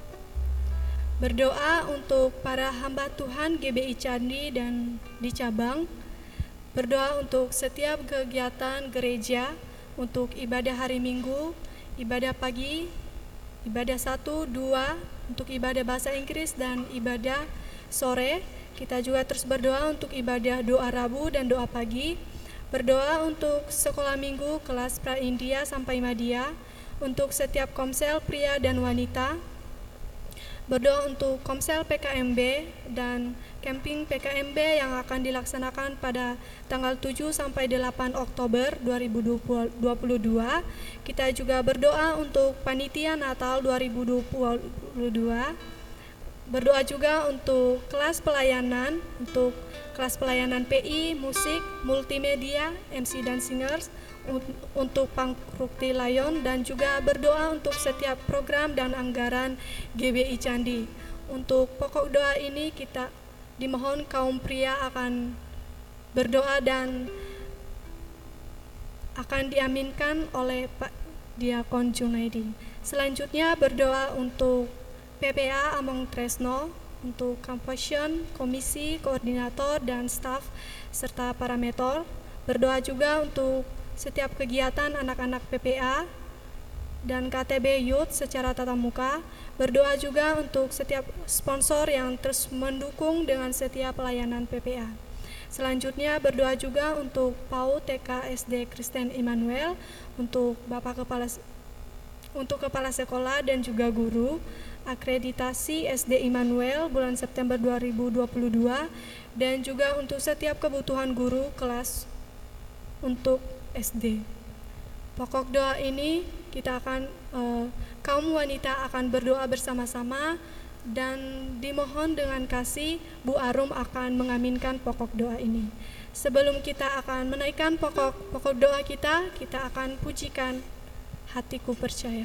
Berdoa untuk para hamba Tuhan GBI Candi dan di cabang. Berdoa untuk setiap kegiatan gereja, untuk ibadah hari Minggu, ibadah pagi, ibadah 1, 2, untuk ibadah bahasa Inggris dan ibadah sore. Kita juga terus berdoa untuk ibadah doa Rabu dan doa pagi. Berdoa untuk sekolah minggu kelas pra-India sampai Madya, untuk setiap komsel pria dan wanita. Berdoa untuk Komsel PKMB dan camping PKMB yang akan dilaksanakan pada tanggal 7 sampai 8 Oktober 2022. Kita juga berdoa untuk panitia Natal 2022. Berdoa juga untuk kelas pelayanan, PI, musik, multimedia, MC dan singers, untuk Pangkrukti Lion, dan juga berdoa untuk setiap program dan anggaran GBI Candi. Untuk pokok doa ini kita dimohon kaum pria akan berdoa dan akan diaminkan oleh Pak Diakon Junaidi. Selanjutnya berdoa untuk PPA Among Tresno, untuk Compassion, komisi, koordinator, dan staf, serta parameter. Berdoa juga untuk setiap kegiatan anak-anak PPA dan KTB Youth secara tatap muka. Berdoa juga untuk setiap sponsor yang terus mendukung dengan setiap pelayanan PPA. Selanjutnya berdoa juga untuk PAUD TK SD Kristen Immanuel, untuk kepala sekolah dan juga guru, akreditasi SD Immanuel bulan September 2022, dan juga untuk setiap kebutuhan guru kelas untuk SD. Pokok doa ini kita akan kaum wanita akan berdoa bersama-sama, dan dimohon dengan kasih Bu Arum akan mengaminkan pokok doa ini. Sebelum kita akan menaikkan pokok doa kita akan pujikan Hatiku Percaya.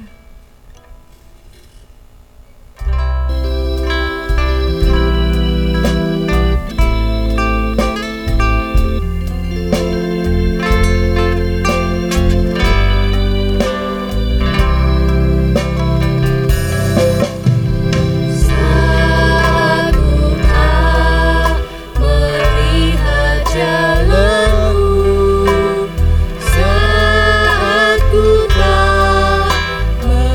Saat ku tak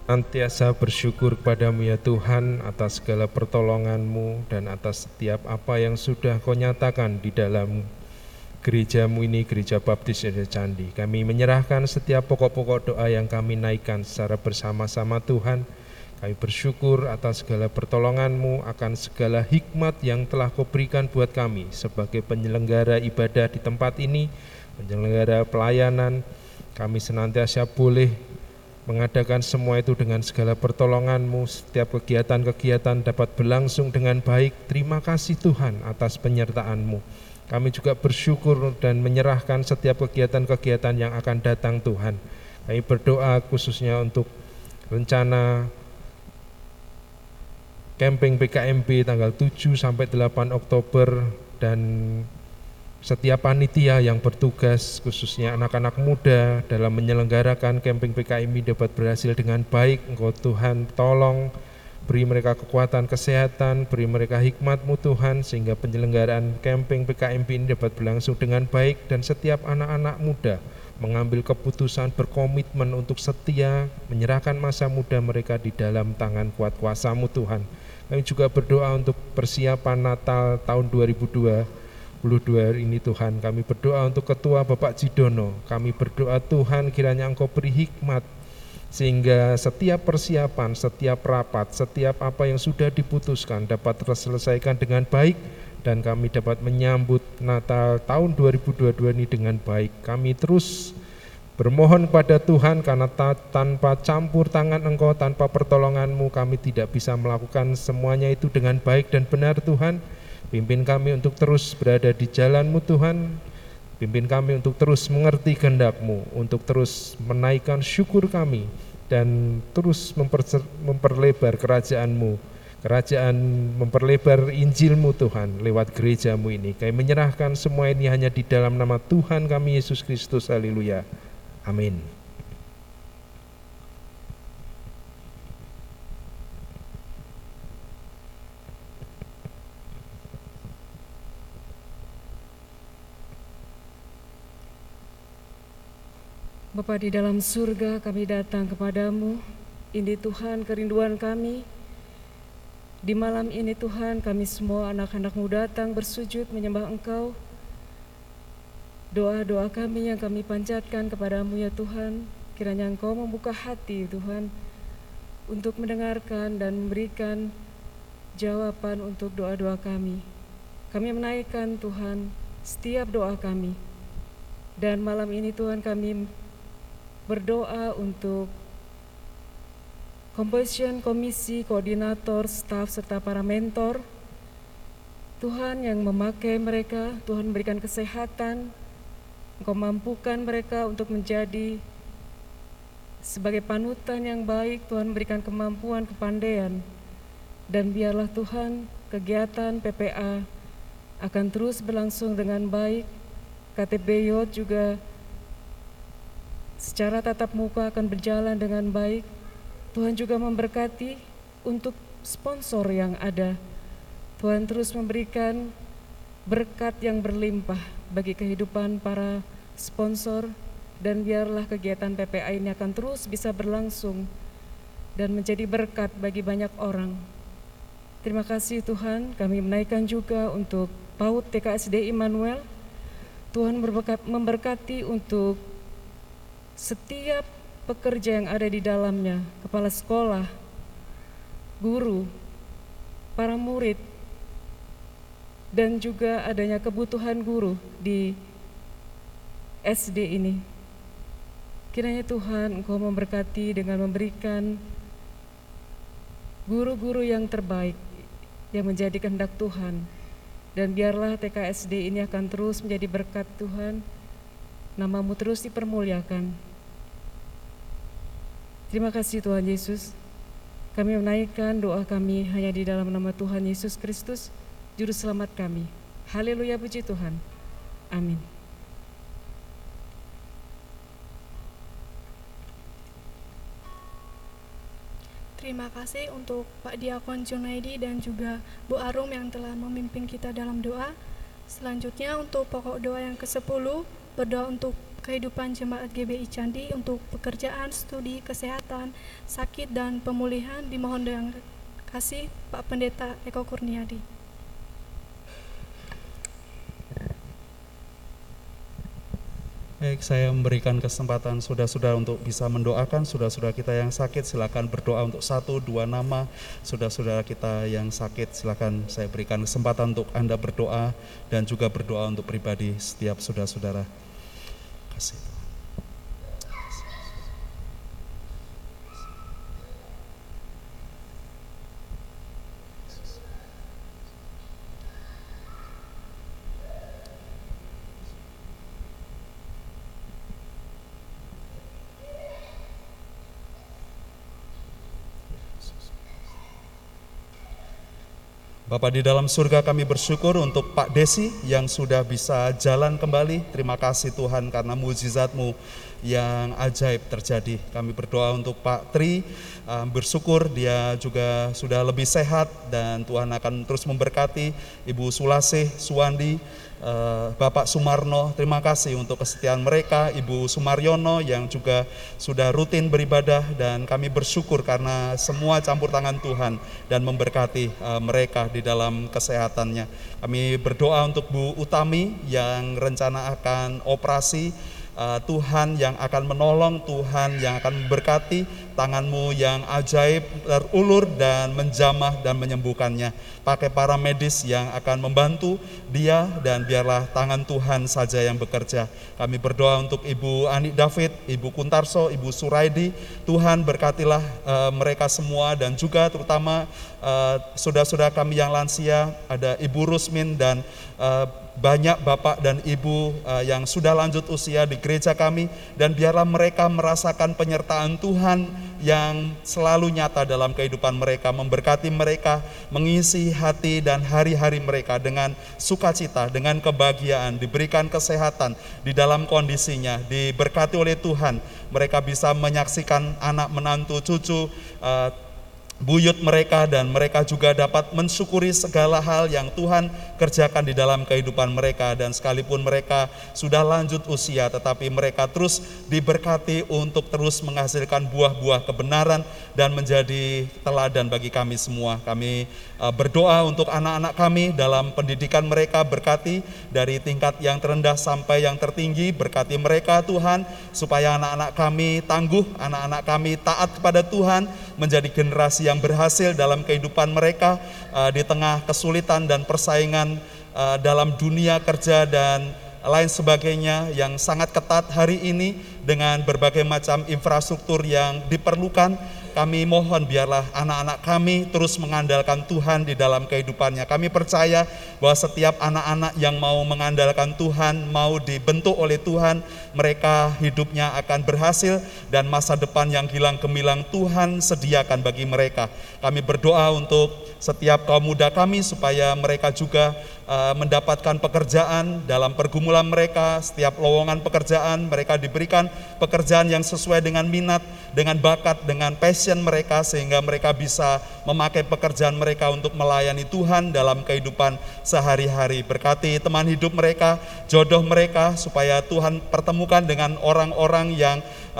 senantiasa bersyukur kepadamu ya Tuhan atas segala pertolongan-Mu dan atas setiap apa yang sudah Kau nyatakan di dalam gerejamu ini, Gereja Baptis Indonesia Candi. Kami menyerahkan setiap pokok-pokok doa yang kami naikkan secara bersama-sama Tuhan. Kami bersyukur atas segala pertolongan-Mu, akan segala hikmat yang telah Kau berikan buat kami sebagai penyelenggara ibadah di tempat ini, penyelenggara pelayanan. Kami senantiasa boleh mengadakan semua itu dengan segala pertolongan-Mu. Setiap kegiatan-kegiatan dapat berlangsung dengan baik. Terima kasih Tuhan atas penyertaan-Mu. Kami juga bersyukur dan menyerahkan setiap kegiatan-kegiatan yang akan datang Tuhan. Kami berdoa khususnya untuk rencana camping PKMB tanggal 7 sampai 8 Oktober dan setiap panitia yang bertugas khususnya anak-anak muda dalam menyelenggarakan camping PKMB dapat berhasil dengan baik. Engkau Tuhan tolong beri mereka kekuatan kesehatan, beri mereka hikmat-Mu Tuhan sehingga penyelenggaraan camping PKMB ini dapat berlangsung dengan baik dan setiap anak-anak muda mengambil keputusan berkomitmen untuk setia menyerahkan masa muda mereka di dalam tangan kuat kuasa-Mu Tuhan. Kami juga berdoa untuk persiapan Natal tahun 2022 ini Tuhan. Kami berdoa untuk Ketua Bapak Jidono. Kami berdoa Tuhan kiranya Engkau beri hikmat sehingga setiap persiapan, setiap rapat, setiap apa yang sudah diputuskan dapat terselesaikan dengan baik dan kami dapat menyambut Natal tahun 2022 ini dengan baik. Kami terus bermohon kepada Tuhan karena tanpa campur tangan Engkau, tanpa pertolongan-Mu kami tidak bisa melakukan semuanya itu dengan baik dan benar Tuhan. Pimpin kami untuk terus berada di jalan-Mu Tuhan. Pimpin kami untuk terus mengerti kehendak-Mu, untuk terus menaikkan syukur kami dan terus memperlebar kerajaan-Mu. Kerajaan memperlebar Injil-Mu Tuhan lewat gereja-Mu ini. Kami menyerahkan semua ini hanya di dalam nama Tuhan kami Yesus Kristus. Haleluya. Amin. Bapa di dalam surga, kami datang kepadamu. Ini Tuhan kerinduan kami. Di malam ini Tuhan, kami semua anak-anak-Mu datang bersujud menyembah Engkau. Doa-doa kami yang kami panjatkan kepadamu ya Tuhan, kiranya Engkau membuka hati Tuhan untuk mendengarkan dan memberikan jawaban untuk doa-doa kami. Kami menaikkan Tuhan setiap doa kami. Dan malam ini Tuhan kami berdoa untuk composition komisi, koordinator, staf, serta para mentor. Tuhan yang memakai mereka, Tuhan berikan kesehatan, Engkau mampukan mereka untuk menjadi sebagai panutan yang baik. Tuhan berikan kemampuan, kepandaian, dan biarlah Tuhan kegiatan PPA akan terus berlangsung dengan baik. KTB Yot juga secara tatap muka akan berjalan dengan baik. Tuhan juga memberkati untuk sponsor yang ada. Tuhan terus memberikan berkat yang berlimpah bagi kehidupan para sponsor, dan biarlah kegiatan PPA ini akan terus bisa berlangsung dan menjadi berkat bagi banyak orang. Terima kasih Tuhan, kami menaikkan juga untuk PAUD TKSD Immanuel. Tuhan memberkati untuk setiap pekerja yang ada di dalamnya, kepala sekolah, guru, para murid, dan juga adanya kebutuhan guru di SD ini. Kiranya Tuhan Engkau memberkati dengan memberikan guru-guru yang terbaik yang menjadi kehendak Tuhan. Dan biarlah TKSD ini akan terus menjadi berkat Tuhan, nama-Mu terus dipermuliakan. Terima kasih Tuhan Yesus. Kami menaikkan doa kami hanya di dalam nama Tuhan Yesus Kristus, Juru Selamat kami. Haleluya, puji Tuhan. Amin. Terima kasih untuk Pak Diakon Junaidi dan juga Bu Arum yang telah memimpin kita dalam doa. Selanjutnya untuk pokok doa yang ke-10, berdoa untuk kehidupan jemaat GBI Candi untuk pekerjaan, studi, kesehatan, sakit, dan pemulihan. Dimohon dengan kasih Pak Pendeta Eko Kurniadi. Baik, saya memberikan kesempatan saudara-saudara untuk bisa mendoakan saudara-saudara kita yang sakit. Silakan berdoa untuk 1-2 nama saudara-saudara kita yang sakit. Silakan saya berikan kesempatan untuk Anda berdoa dan juga berdoa untuk pribadi setiap saudara-saudara. Kasih. Bapa di dalam surga, kami bersyukur untuk Pak Desi yang sudah bisa jalan kembali. Terima kasih Tuhan karena mukjizat-Mu yang ajaib terjadi. Kami berdoa untuk Pak Tri, bersyukur dia juga sudah lebih sehat dan Tuhan akan terus memberkati. Ibu Sulasih, Suwandi, Bapak Sumarno, terima kasih untuk kesetiaan mereka. Ibu Sumaryono yang juga sudah rutin beribadah, dan kami bersyukur karena semua campur tangan Tuhan dan memberkati mereka di dalam kesehatannya. Kami berdoa untuk Bu Utami yang rencana akan operasi. Tuhan yang akan menolong, Tuhan yang akan memberkati, tangan-Mu yang ajaib terulur dan menjamah dan menyembuhkannya. Pakai para medis yang akan membantu dia, dan biarlah tangan Tuhan saja yang bekerja. Kami berdoa untuk Ibu Ani David, Ibu Kuntarso, Ibu Suraidi. Tuhan berkatilah mereka semua, dan juga terutama saudara-saudara kami yang lansia, ada Ibu Rusmin dan banyak bapak dan ibu yang sudah lanjut usia di gereja kami, dan biarlah mereka merasakan penyertaan Tuhan yang selalu nyata dalam kehidupan mereka, memberkati mereka, mengisi hati dan hari-hari mereka dengan sukacita, dengan kebahagiaan, diberikan kesehatan di dalam kondisinya, diberkati oleh Tuhan. Mereka bisa menyaksikan anak menantu cucu buyut mereka, dan mereka juga dapat mensyukuri segala hal yang Tuhan kerjakan di dalam kehidupan mereka. Dan sekalipun mereka sudah lanjut usia, tetapi mereka terus diberkati untuk terus menghasilkan buah-buah kebenaran dan menjadi teladan bagi kami semua. Kami berdoa untuk anak-anak kami dalam pendidikan mereka, berkati dari tingkat yang terendah sampai yang tertinggi, berkati mereka Tuhan, supaya anak-anak kami tangguh, anak-anak kami taat kepada Tuhan, menjadi generasi yang berhasil dalam kehidupan mereka di tengah kesulitan dan persaingan dalam dunia kerja dan lain sebagainya yang sangat ketat hari ini dengan berbagai macam infrastruktur yang diperlukan. Kami mohon biarlah anak-anak kami terus mengandalkan Tuhan di dalam kehidupannya. Kami percaya bahwa setiap anak-anak yang mau mengandalkan Tuhan, mau dibentuk oleh Tuhan, mereka hidupnya akan berhasil, dan masa depan yang gilang gemilang Tuhan sediakan bagi mereka. Kami berdoa untuk setiap kaum muda kami supaya mereka juga mendapatkan pekerjaan dalam pergumulan mereka. Setiap lowongan pekerjaan mereka diberikan pekerjaan yang sesuai dengan minat, dengan bakat, dengan passion mereka, sehingga mereka bisa memakai pekerjaan mereka untuk melayani Tuhan dalam kehidupan sehari-hari. Berkati teman hidup mereka, jodoh mereka, supaya Tuhan pertemukan dengan orang-orang yang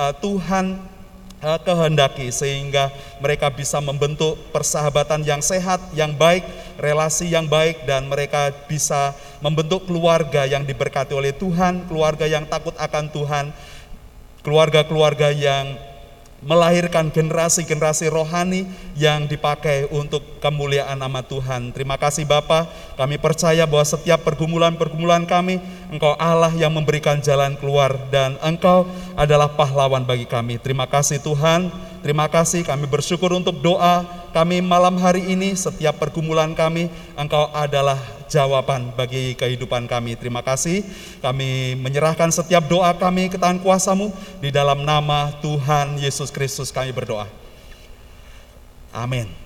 Tuhan kehendaki, sehingga mereka bisa membentuk persahabatan yang sehat, yang baik, relasi yang baik, dan mereka bisa membentuk keluarga yang diberkati oleh Tuhan, keluarga yang takut akan Tuhan, keluarga-keluarga yang melahirkan generasi-generasi rohani yang dipakai untuk kemuliaan nama Tuhan. Terima kasih Bapa, kami percaya bahwa setiap pergumulan-pergumulan kami, Engkau Allah yang memberikan jalan keluar, dan Engkau adalah pahlawan bagi kami. Terima kasih Tuhan, terima kasih. Kami bersyukur untuk doa kami malam hari ini. Setiap pergumulan kami, Engkau adalah jawaban bagi kehidupan kami. Terima kasih. Kami menyerahkan setiap doa kami ke tangan kuasa-Mu. Di dalam nama Tuhan Yesus Kristus kami berdoa. Amin.